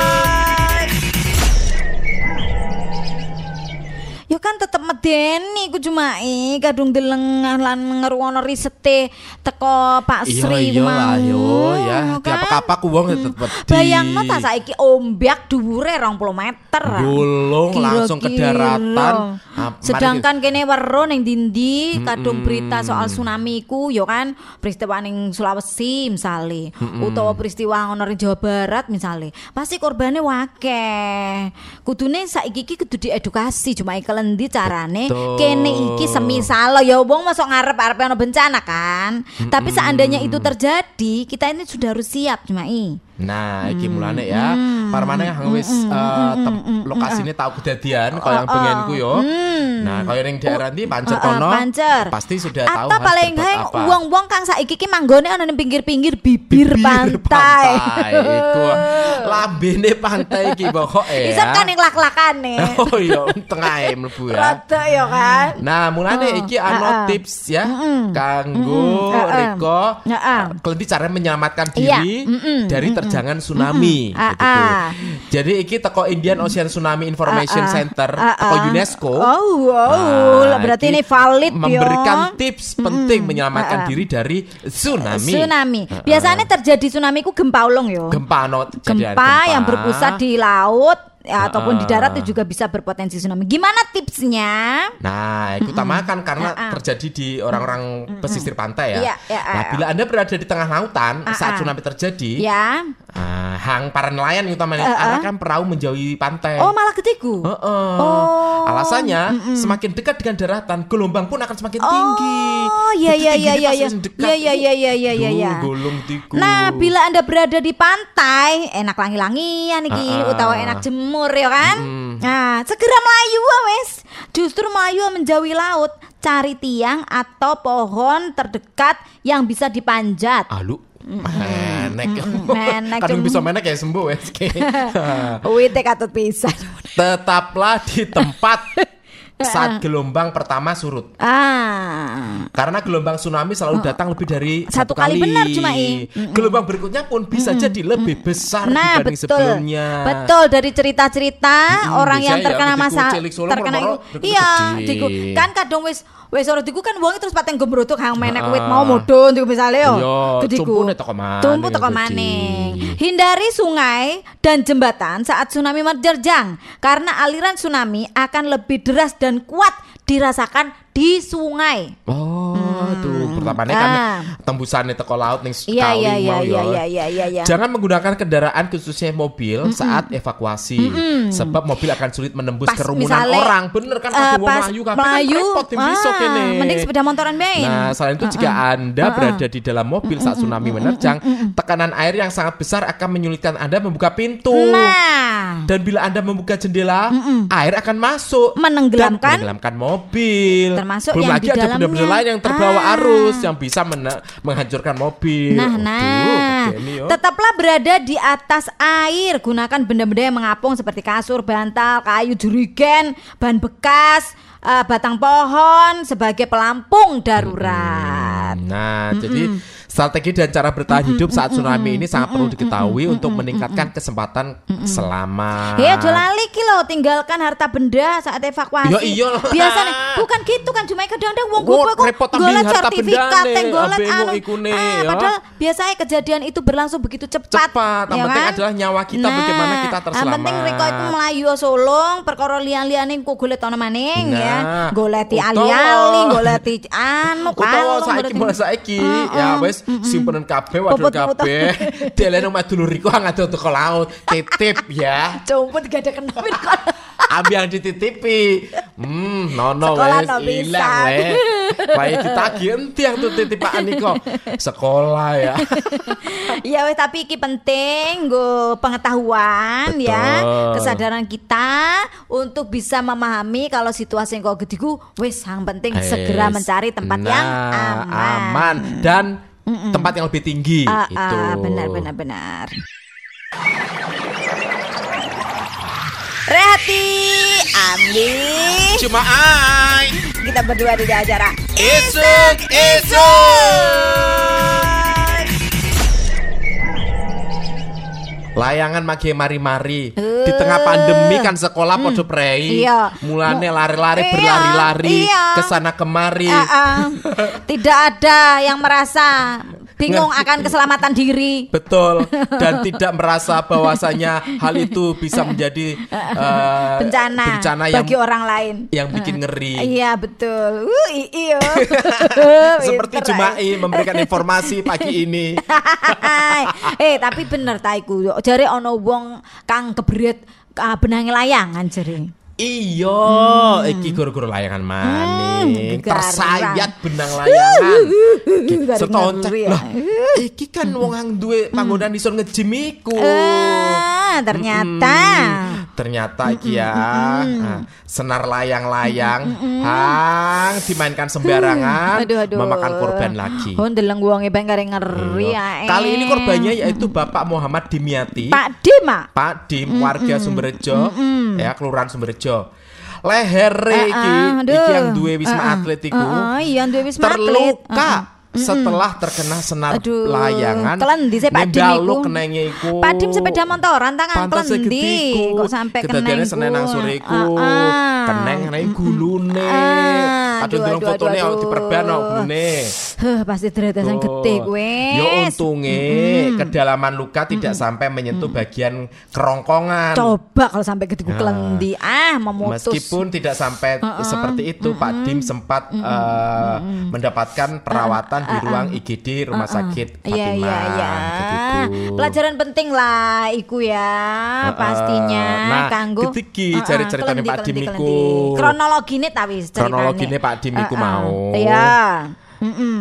Yo kan tetep medeni ku cuma i kadung delengah lan ngeruwono risete teko Pak Sri ku mau. Iya yo ya, apa-apa ku wong tetep medeni. Bayangno ta saiki ombak dhuwure rong puluh meter. Gulung langsung ke daratan. Sedangkan kene weruh ning ndi kadung berita soal tsunami ku yo kan peristiwa ning Sulawesi misale utawa peristiwa ngono ning Jawa Barat misale. Pasti korbane wakeh. Kudune saiki iki kudu diedukasi cuma i endi carane Betul. Kene iki semisal ya wong masuk ngarep-arep ono bencana kan. Mm-hmm. Tapi seandainya itu terjadi, kita ini sudah harus siap cuma i. Nah, iki mulane ya. Para maneh yang wis uh, lokasine tau kejadian kaya yang bengenku yo. Nah, kaya ning daerah ndi Pancer kono. Pasti sudah tahu. Atau paling gae wong-wong kang saiki ki manggone ana ning pinggir-pinggir bibir pantai. Iku lambene pantai iki pokoke ya. Iso kan ning lak-lakane. Oh iya, tengahe mlebu ya. Rada ya kan. Nah, mulane iki ana tips ya kanggo Riko kelenthi cara menyelamatkan diri dari terjangan tsunami. Mm-hmm. gitu. Ah, ah. Jadi iki teko Indian Ocean Tsunami Information ah, ah. Center, ah, ah. teko UNESCO. Oh, wow. Ah, berarti ini valid memberikan yo. Tips penting mm, menyelamatkan ah, ah. diri dari tsunami. Tsunami. Biasanya terjadi tsunami ku gempa ulung yo. Gempa no, gempa, gempa yang berpusat di laut. Ya, ataupun di darat itu juga bisa berpotensi tsunami. Gimana tipsnya? Nah, itu utamakan karena uh-uh. terjadi di orang-orang uh-uh. pesisir pantai ya. Yeah, yeah, nah, bila Anda berada di tengah lautan uh-uh. saat tsunami terjadi, yeah. uh, hang para nelayan utamanya uh-uh. arahkan perahu menjauhi pantai. Oh, malah ketiku. Uh-uh. Oh. Alasannya uh-uh. semakin dekat dengan daratan, gelombang pun akan semakin tinggi. Oh, iya iya iya iya iya. Iya iya iya iya iya iya iya. Gulung tiku. Nah, bila Anda berada di pantai, enak langi-langian iki uh-uh. utawa enak jem mur ya kan. Mm. Nah, segera melayu wes. Justru melayu menjauhi laut, cari tiang atau pohon terdekat yang bisa dipanjat. Alu. Menek. Menek. Kadang bisa menek ya sembuh wes. Wite katut pisan. Tetaplah di tempat saat gelombang pertama surut. Ah. Karena gelombang tsunami selalu datang lebih dari satu, satu kali. kali. Benar cuma i. Gelombang berikutnya pun bisa mm-mm. jadi lebih besar nah, dibanding betul. sebelumnya. Betul, dari cerita-cerita mm-mm, orang yang terkena ya, masalah terkena itu. Iya, diku kan kadang wis wis ora diku kan wong terus pateng gembrotok hang menek wit mau mudhun diku misale yo. Gediku. Tumpune teko maneh. Tumpu teko maneh. Hindari sungai dan jembatan saat tsunami menerjang karena aliran tsunami akan lebih deras dan kuat dirasakan di sungai. Oh, hmm. tuh pertamanya kan ah. tembusannya teko laut ning iya, kali iya, mau iya, iya, iya, iya, iya. Jangan menggunakan kendaraan khususnya mobil Mm-mm. saat evakuasi. Mm-mm. Sebab mobil akan sulit menembus pas kerumunan misale, orang. Bener kan uh, wong mlayu kabeh kan repot tim ah, besok ini. Mending sepeda motoran bae. Nah, selain itu uh-uh. jika Anda uh-uh. berada di dalam mobil saat tsunami menerjang, uh-uh. tekanan air yang sangat besar akan menyulitkan Anda membuka pintu. Nah. Dan bila Anda membuka jendela, uh-uh. air akan masuk menenggelamkan menenggelamkan mobil. Termasuk belum yang lagi di ada benda-benda lain yang terbawa ah. arus yang bisa men- menghancurkan mobil. Nah, nah. Aduh, tetaplah berada di atas air. Gunakan benda-benda yang mengapung seperti kasur, bantal, kayu, jerigen, ban bekas, uh, batang pohon sebagai pelampung darurat. Hmm, nah, mm-mm. jadi Strategi dan cara bertahan hidup saat tsunami ini sangat perlu diketahui untuk meningkatkan kesempatan selamat. Ya jolali ki lo, tinggalkan harta benda saat evakuasi. Ya iya. Biasanya bukan gitu kan, cuma kadang-kadang wong Oh, gue repot kok ambil golek harta sertifikat, bendane, golek ambil anu. ikune, Ah, ya. padahal biasanya kejadian itu berlangsung begitu cepat. Cepat, yang ya penting kan? adalah nyawa kita, Nah, bagaimana kita terselamat. Yang penting riko iku melayu solong, perkara liyan-liyane ku golek tono maning Nah, ya. Goleti utawa- ali-ali, goleti anu Utawa kalung, saiki goleti- mulai saiki Heeh. ya wis simpenan kabeh wadul Popot utang. kabeh. Delene omah dulur iku ngadu teko laut, titip ya. Cumput gak ada kenapin kok. Abi yang dititipi. Hmm, nono Sekolah wes no ilang bisa. le. Baik ditagih enti yang tuh titipaan niko. Sekolah ya. Ya wes, tapi iki penting nggo pengetahuan. Betul. Ya, kesadaran kita untuk bisa memahami kalau situasi yang kok gediku wes yang penting Yes. segera mencari tempat Nah, yang aman. aman dan tempat yang lebih tinggi Ah, itu. ah, benar benar benar. Rehati, Ambi, Cuma ai. kita berdua di acara Isuk isuk. Layangan magi mari-mari Uh. di tengah pandemi kan sekolah podo prei. Iya. Mulane lari-lari Iya, berlari-lari iya. kesana kemari. Ah, ah. Tidak ada yang merasa bingung akan keselamatan diri. Betul, dan tidak merasa bahwasanya hal itu bisa menjadi eh, bencana, bencana yang bagi orang lain. yang bikin ngeri. Iya betul. Uh, i- iyo. Seperti Pinter, Jumai memberikan informasi pagi ini. eh tapi bener taiku. Jare ono wong kang kebret uh, benangi layangan jare. Iyo, iki guru-guru layangan maning, Hmm, tersayat benang layangan. Garing Setoncak ngeri ya. lah. Iki kan wong ang duwe panggonan iso nge-gym iku. Ah, ternyata. Mm-mm. Ternyata iki ya ah, senar layang-layang hang dimainkan sembarangan Aduh, aduh. memakan korban lagi. Oh, ndeleng wonge ben garing ngeri Iya. ya. Kali ini korbannya yaitu Bapak Muhammad Dimyati. Pak Dima. Pak Dim, warga Sumberjo, ya Kelurahan Sumberjo. Leher iki, Ah, aduh. iki yang duwe Wisma Ah, ah. Atlet iku Ah, ah, iya duwe Wisma Atlet. terluka Ah, ah. setelah terkena senar Aduh, layangan. kelendi sih Pak Dim Nemdalu iku. kenenge iku. Pak Dim sepeda motoran tangan Pantes kelendi segetiku. kok sampai Kedadiannya keneng Senin nang sore iku. Ah, ah. Keneng nang gulune. Ah, Aduh aduh, deleng aduh, fotone aduh, aku diperban kok gulune. Huh, pasti dretesan gede gue. Ya untunge kedalaman luka tidak sampai menyentuh bagian kerongkongan. Coba kalau sampai gede Nah. kelendi ah memutus. Meskipun tidak sampai seperti itu, Pak Dim sempat eh, mendapatkan perawatan di ruang I G D Rumah Sakit Iya Fatimah. iya iya. Begitu. Pelajaran penting lah iku ya, Heeh. pastinya Nah, kanggo ketiki Heeh, cari-ceritane kelendi, Pak Dim kelendi, iku. kelendi. Kronologine ta wis ceritane. Kronologine Pak Dim iku Heeh. mau. Iya. Heeh.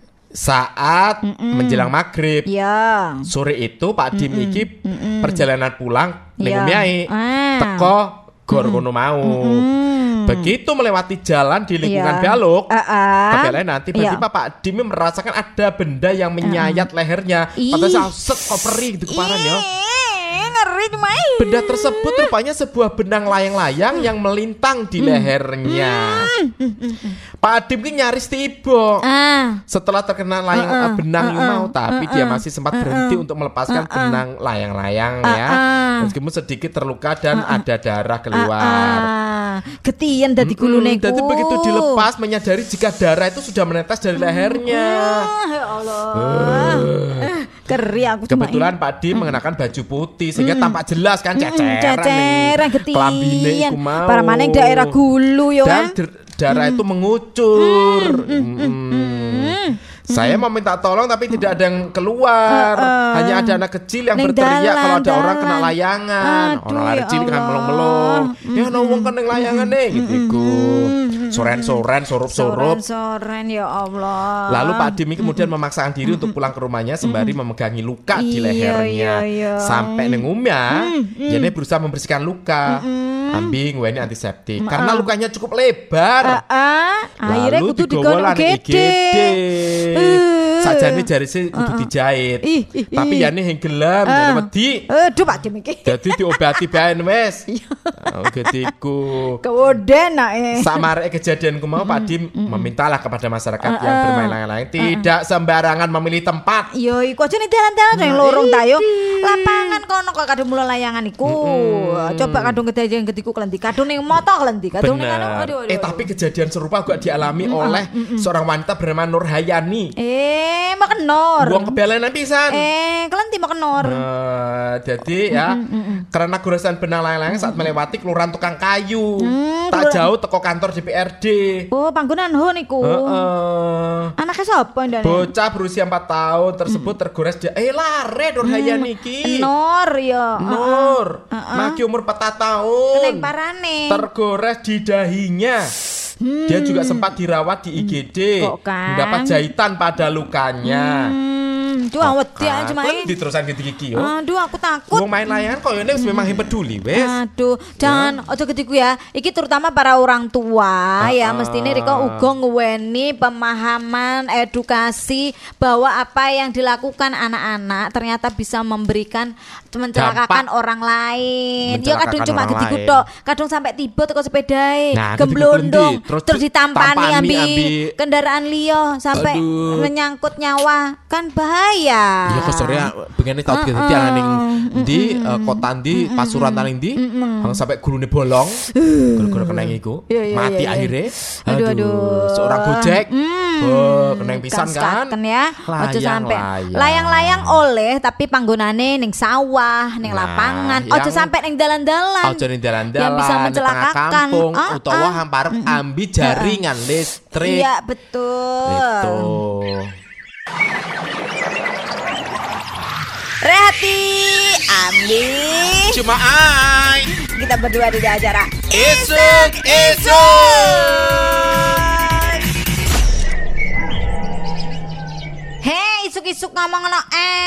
Saat menjelang maghrib Iya. sore itu Pak Dim iki perjalanan pulang ning Iya. omahe Ah. teko gor kono mau. Begitu melewati jalan di lingkungan Iya. Balok, Heeh. Bagailah nanti Iya. tiba-tiba Pak Dim merasakan ada benda yang menyayat lehernya. Ih. Padahal saya set kok perih gitu keparan ya. Ih, ngeri cuma. Benda tersebut rupanya sebuah benang layang-layang yang melintang di lehernya. Pak Dim ini nyaris tiba Ah. setelah terkena layang Uh-uh, benang yang uh-uh, mau, tapi dia masih sempat berhenti untuk melepaskan benang layang-layang ya. Meskipun sedikit terluka dan ada darah keluar. Ah, getian dadi gulune Jadi begitu dilepas menyadari jika darah itu sudah menetes dari lehernya. Ah, ya Allah. Eh, Keri aku cuma Kebetulan Pak Dim mengenakan baju putih sehingga tampak jelas kan ini. ceceran, Ceceran nih. Kelambine getian. iku mau. Para maneh daerah gulu yo Dan kan. der- darah itu mengucur. Mm. Saya mau minta tolong tapi tidak ada yang keluar. Hanya ada anak kecil yang Ning berteriak dalan, kalau ada orang kena dalan. layangan. Aduh, Orang lari ya cilik kan Allah. melong-melong. Ya ono wong kan ning layangan nih gitu iku. Soren-soren, sorup-sorup. Soren-soren ya Allah. Lalu Pak Dim ini kemudian memaksakan diri untuk pulang ke rumahnya sembari memegangi luka di Iya, lehernya. iya, iya. Sampai nengumnya, jadi berusaha membersihkan luka. Ambil ini antiseptik karena lukanya cukup lebar. Ah, akhirnya Lalu kudu digowo digono lan I G D. gede. Eh, Sajane jare sih kudu dijahit. Ih, ih, Tapi ih. ya nih yang gelem Ah. ya wedi. Aduh Pak Dim iki. Jadi diobati bae wis. Oh, getiku. Kewoden nae. Samare kejadianku mau Pak Dim memintalah kepada masyarakat yang bermain layang-layang tidak sembarangan memilih tempat. Yo iku aja nih dalan-dalan sing lorong ta yo. Lapangan kono kok kadung mula layangan iku. Coba kadung kejadian ketiku klendi, kadung ning moto klendi, kadung ning anu. Aduh, aduh. Eh tapi kejadian serupa juga dialami oleh seorang wanita bernama Nur Hayani. Eh, makan nor. Buang kebelenan pisan. Eh, klendi makan nor. Nah, jadi ya karena goresan benang layang-layang saat melewati kelurahan tukang kayu. Tak jauh teko kantor D P R D. Oh, panggonan ho niku. Heeh. Anaknya sapa ndane? Bocah berusia empat tahun tersebut tergores dia. Eh lare Nur Hayani iki. Nor ya. Nur. Maki umur empat tahun. Keneng parane. Tergores di dahinya. Dia juga sempat dirawat di I G D. Kok kan? Mendapat jahitan pada lukanya. Hmm, duh awet dia aja main. Diterusan gitu-gitu yo. Aduh, aku takut. Wong main layangan kok ini memang yang peduli wes. Aduh, jangan ojo ketiku ya. Iki terutama para orang tua ya, mestine riko uga nguweni pemahaman edukasi bahwa apa yang dilakukan anak-anak ternyata bisa memberikan mencelakakan Dampak. orang lain. Ya Mencelakakan kadung cuma orang ketiku lain. tok, kadung sampai tiba teko sepedae, Nah, gemblondong, ketiku terus klendi, ditampani tampani ambi, ambi. kendaraan liya sampai Aduh. menyangkut nyawa. Kan bahaya. Iya kok sore begini tau gitu dia ning di eh, kota ndi Pasuruan taning ndi hang sampai gurune bolong gara-gara kena iku Iya, iya, mati iya, iya. akhirnya. Aduh, aduh. Seorang Gojek. Hmm. Oh, kena pisan kan. Kaskaten ya. Ojo sampai Layang-layang. layang-layang oleh tapi panggonane ning sawah, ning Nah, lapangan. yang- Ojo sampai ning dalan-dalan. Ojo ning dalan-dalan Yang bisa di tengah mencelakakan. kampung Ah, utawa ah. hampar ambi jaringan listrik. Iya, betul. Itu. Rehati, Ambi. Cuma ai. Kita berdua di acara Isuk isuk. Hei, isuk-isuk ngomong no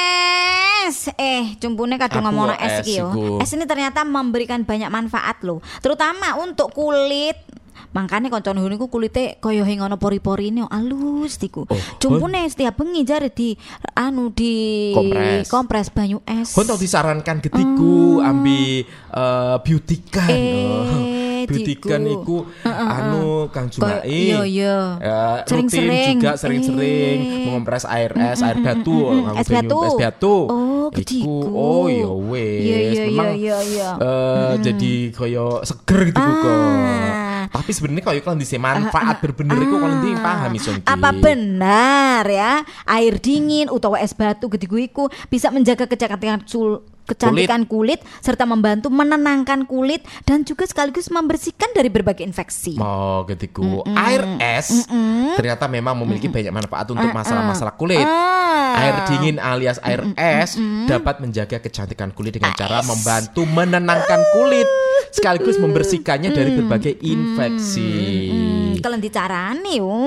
es. Eh, cumpune kadung Aku ngomong no es es iki yo. iku. Es ini ternyata memberikan banyak manfaat loh, terutama untuk kulit. Makanya koncone niku kulite kaya hing ana pori-porine alus diku. Oh, Cumpune setiap bengi jare di anu di Kompres. kompres banyu es. Kon tau disarankan ketiku ambi eh, beautican. Eh, beautican diku. iku anu Kang Jumai. Iya, iya. Eh, Sering-sering. rutin juga sering-sering Eh. mengompres air es, air batu, nganggo Es banyu batu. es batu. Oh, Iku, ketiku. oh ya wes. Iya, iya, Memang iya, iya, iya. eh, jadi kaya seger gitu Ah. kok. Tapi sebenarnya kalau kalau di manfaat berbener iku kalau di paham iso iki. Apa benar ya air dingin utawa es batu getiku iku bisa menjaga kecantikan sul kecantikan kulit. serta membantu menenangkan kulit dan juga sekaligus membersihkan dari berbagai infeksi. Oh, ketiku. Air es ternyata memang memiliki banyak manfaat untuk masalah-masalah kulit. Ah. Air dingin alias air es dapat menjaga kecantikan kulit dengan cara membantu menenangkan kulit sekaligus membersihkannya dari berbagai infeksi. Kalian dicarani yo.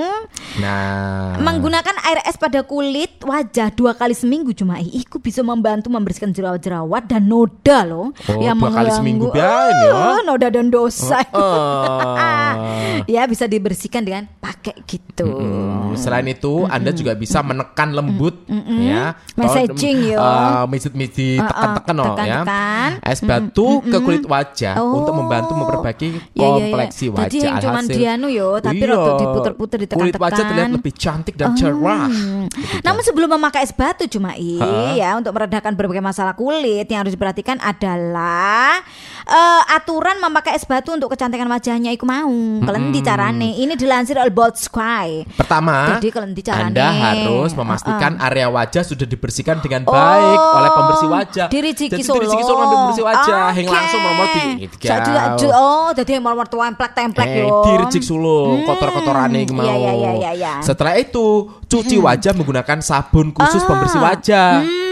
Nah, Menggunakan air es pada kulit wajah dua kali seminggu cuma iku bisa membantu membersihkan jerawat-jerawat dan noda loh. Oh, dua kali seminggu biarin ya. Oh, noda dan dosa. Oh. Ya bisa dibersihkan dengan pakai gitu. Mm, selain itu, Anda juga bisa menekan lembut, ya. Messaging, yo. Uh, Mijit-mijit, tekan-tekan, oh, ya. tekan-tekan. Es batu ke kulit wajah Oh. untuk membantu memperbaiki Ya, ya, ya. kompleksi wajah. Jadi yang cuman Alhasil, dianu yo, tapi iya, rada diputer-puter, ditekan-tekan. kulit wajah terlihat lebih cantik dan cerah. Gitu, Namun sebelum memakai es batu cuma Ha-ha. ya untuk meredakan berbagai masalah kulit yang harus diperhatikan adalah eh, aturan memakai es batu untuk kecantikan wajahnya iku mau. Kalian dicarane. Ini dilansir oleh Bold Sky. Pertama, Jadi kalau dicarane, Anda harus memastikan area wajah sudah dibersihkan dengan Oh, baik oleh pembersih wajah. Diriciki Jadi Solo. diriciki Solo ngambil pembersih wajah, yang Oke. langsung nomor di Jadi, ju- oh, jadi yang nomor templek-templek Eh, yo. diricik sulu kotor-kotorane iki mau. Iya, iya, iya, iya. Setelah itu cuci wajah menggunakan sabun khusus Ah. pembersih wajah. Hmm.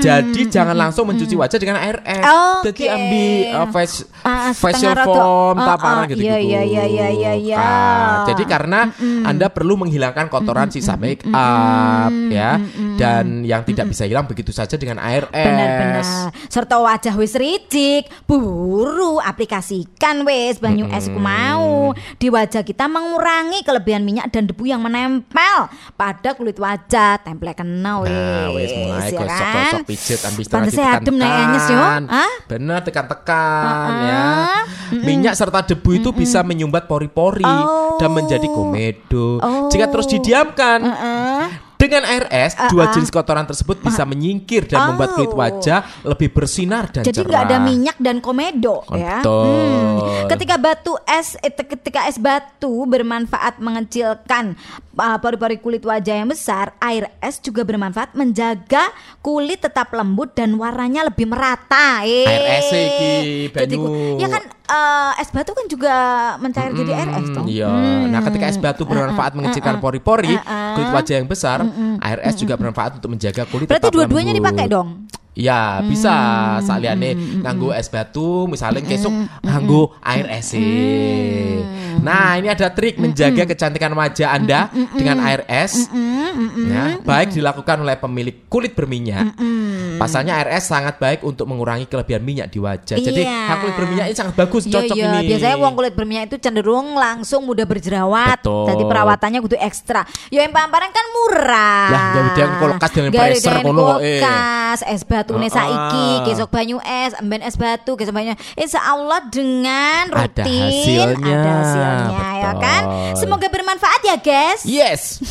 Jadi mm, jangan mm, langsung mencuci wajah dengan air es. Okay. Jadi ambil uh, face, uh, facial foam, uh, taparan uh, gitu-gitu. Iya iya iya iya iya. Ya. Nah, jadi karena mm, Anda perlu menghilangkan kotoran mm, sisa make up mm, ya mm, dan yang tidak mm, bisa hilang begitu saja dengan air es. Benar-benar. Serta wajah wis ricik, buru aplikasikan wis banyu mm, es ku mau di wajah kita mengurangi kelebihan minyak dan debu yang menempel pada kulit wajah. Temple kena wis. Nah, wis mulai ya gosok-gosok kan? pijet ambil Pantes adem nek anyes yo. Hah? Bener tekan-tekan uh-uh. ya. Mm-mm. Minyak serta debu itu Mm-mm. bisa menyumbat pori-pori oh. dan menjadi komedo. Oh. Jika terus didiamkan. Uh-uh. Dengan air es, uh-uh. dua jenis kotoran tersebut bisa menyingkir dan oh. membuat kulit wajah lebih bersinar dan jadi cerah. Jadi nggak ada minyak dan komedo ya. Hmm. Ketika batu es, eh, ketika es batu bermanfaat mengecilkan uh, pori-pori kulit wajah yang besar, air es juga bermanfaat menjaga kulit tetap lembut dan warnanya lebih merata. Eh. Air es iki banyu. Ya kan uh, es batu kan juga mencair mm-hmm. jadi air es toh. Iya. Hmm. Nah, ketika es batu bermanfaat uh-uh. mengecilkan uh-uh. pori-pori uh-uh. kulit wajah yang besar, uh-uh. air es juga bermanfaat untuk menjaga kulit berarti tetap lembut. Berarti dua-duanya dipakai dong. Ya bisa hmm. Saliane hmm. nganggo es batu misalnya kesuk hmm. nganggo air es. Hmm. Nah ini ada trik menjaga hmm. kecantikan wajah Anda hmm. dengan air es. hmm. Nah, baik dilakukan oleh pemilik kulit berminyak. hmm. Pasalnya air es sangat baik untuk mengurangi kelebihan minyak di wajah. Jadi yeah. kulit berminyak ini sangat bagus, cocok yeah, yeah. ini. Biasanya wong kulit berminyak itu cenderung langsung mudah berjerawat. Betul. Jadi perawatannya kudu ekstra. Ya yang pamparan kan murah. Lah gawe dia kulkas dengan pressure ngono kok. Kulkas es batu Tune saiki, besok banyu es, emben es batu, besok banyu. Insya Allah dengan rutin ada hasilnya, ada hasilnya ya kan. Semoga bermanfaat ya guys. Yes.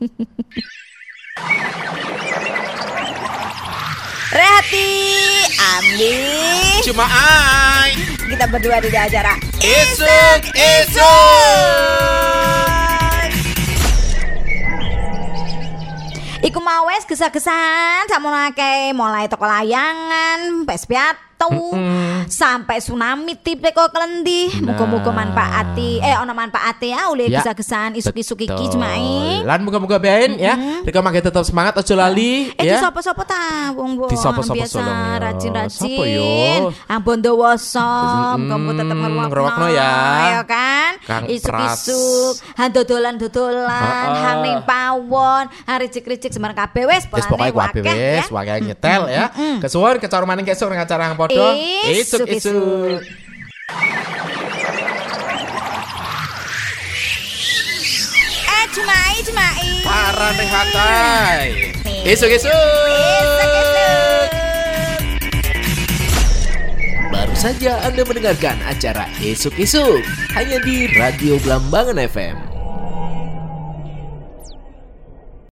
Rehati, Ambi, cuma ai. Kita berdua di acara Isuk Isuk. Iku mawes gesah-gesahan sakmono akeh mulai toko layangan, pes piatu mm-mm. sampai tsunami tipe kok klendi. Nah. Muga-muga manfaati eh ono manfaate ya oleh ya. Gesah-gesahan isuk-isuk iki jemae. Lan muga-muga ben ya. Rika mangke tetap semangat aja lali eh, ya. Eh sapa-sapa ta wong-wong biasa rajin-rajin. Ah Bondowoso muga-muga tetep ngrungokno ya. Ya kan? Isuk-isuk, han dodolan-dodolan, han ning pawon, han ricik-ricik sembarang kabeh wis polane wae wis wae nyetel ya. Kesuwun kecar maning kesuk ning acara yang padha isuk-isuk. Eh cemai cemai. Para rehatai. Isuk-isuk. Isuk-isuk. Baru saja Anda mendengarkan acara Isuk-isuk hanya di Radio Blambangan F M.